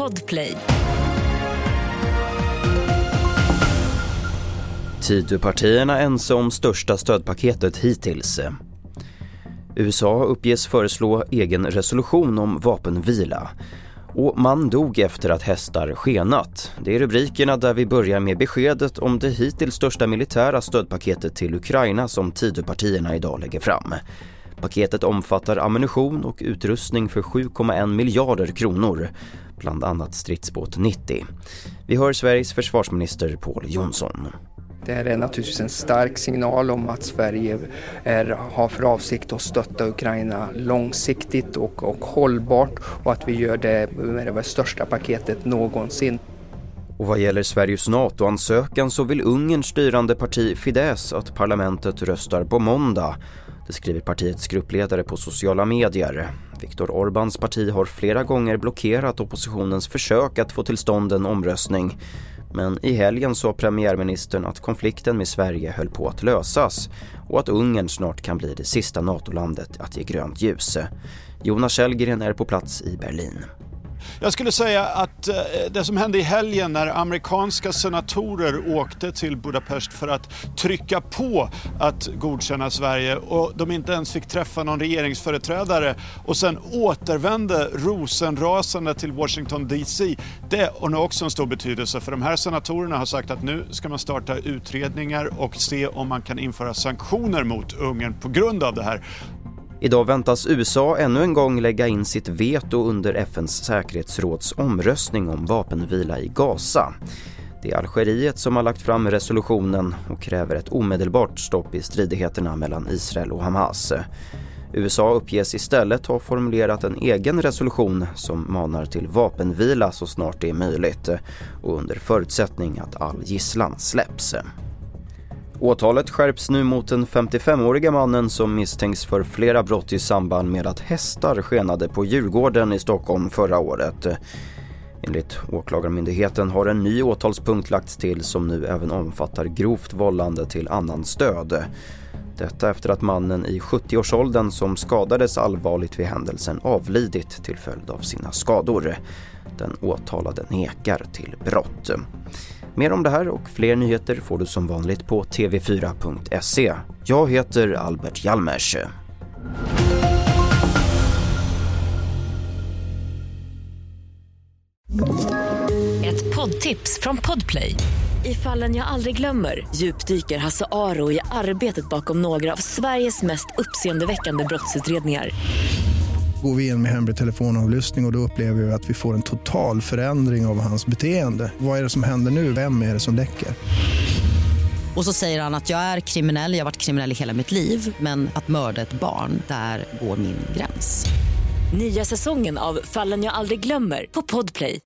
Podplay. Tidöpartierna ense om största stödpaketet hittills. USA uppges föreslå egen resolution om vapenvila. Och man dog efter att hästar skenat. Det är rubrikerna där vi börjar med beskedet om det hittills största militära stödpaketet till Ukraina som Tidöpartierna idag lägger fram. Paketet omfattar ammunition och utrustning för 7,1 miljarder kronor, bland annat stridsbåt 90. Vi hör Sveriges försvarsminister Pål Jonsson. Det här är naturligtvis en stark signal om att Sverige har för avsikt att stötta Ukraina långsiktigt och hållbart, och att vi gör det med det största paketet någonsin. Och vad gäller Sveriges NATO-ansökan så vill Ungerns styrande parti Fidesz att parlamentet röstar på måndag. Det skriver partiets gruppledare på sociala medier. Viktor Orbáns parti har flera gånger blockerat oppositionens försök att få till stånd en omröstning. Men i helgen sa premiärministern att konflikten med Sverige höll på att lösas och att Ungern snart kan bli det sista NATO-landet att ge grönt ljus. Jonas Källgren är på plats i Berlin. Jag skulle säga att det som hände i helgen när amerikanska senatorer åkte till Budapest för att trycka på att godkänna Sverige, och de inte ens fick träffa någon regeringsföreträdare och sen återvände rosenrasande till Washington DC, det har nu också en stor betydelse, för de här senatorerna har sagt att nu ska man starta utredningar och se om man kan införa sanktioner mot Ungern på grund av det här. Idag väntas USA ännu en gång lägga in sitt veto under FNs säkerhetsråds omröstning om vapenvila i Gaza. Det är Algeriet som har lagt fram resolutionen och kräver ett omedelbart stopp i stridigheterna mellan Israel och Hamas. USA uppges istället ha formulerat en egen resolution som manar till vapenvila så snart det är möjligt och under förutsättning att all gisslan släpps. Åtalet skärps nu mot den 55-åriga mannen som misstänks för flera brott i samband med att hästar skenade på Djurgården i Stockholm förra året. Enligt åklagarmyndigheten har en ny åtalspunkt lagts till som nu även omfattar grovt vållande till annan stöd. Detta efter att mannen i 70-årsåldern som skadades allvarligt vid händelsen avlidit till följd av sina skador. Den åtalade nekar till brott. Mer om det här och fler nyheter får du som vanligt på tv4.se. Jag heter Albert Hjalmers. Ett poddtips från Podplay. I Fallen jag aldrig glömmer djupdyker Hasse Aro i arbetet bakom några av Sveriges mest uppseendeväckande brottsutredningar. Går vi in med hemlig telefonavlyssning och då upplever vi att vi får en total förändring av hans beteende. Vad är det som händer nu? Vem är det som läcker? Och så säger han att jag är kriminell, jag har varit kriminell i hela mitt liv. Men att mörda ett barn, där går min gräns. Nya säsongen av Fallen jag aldrig glömmer på Podplay.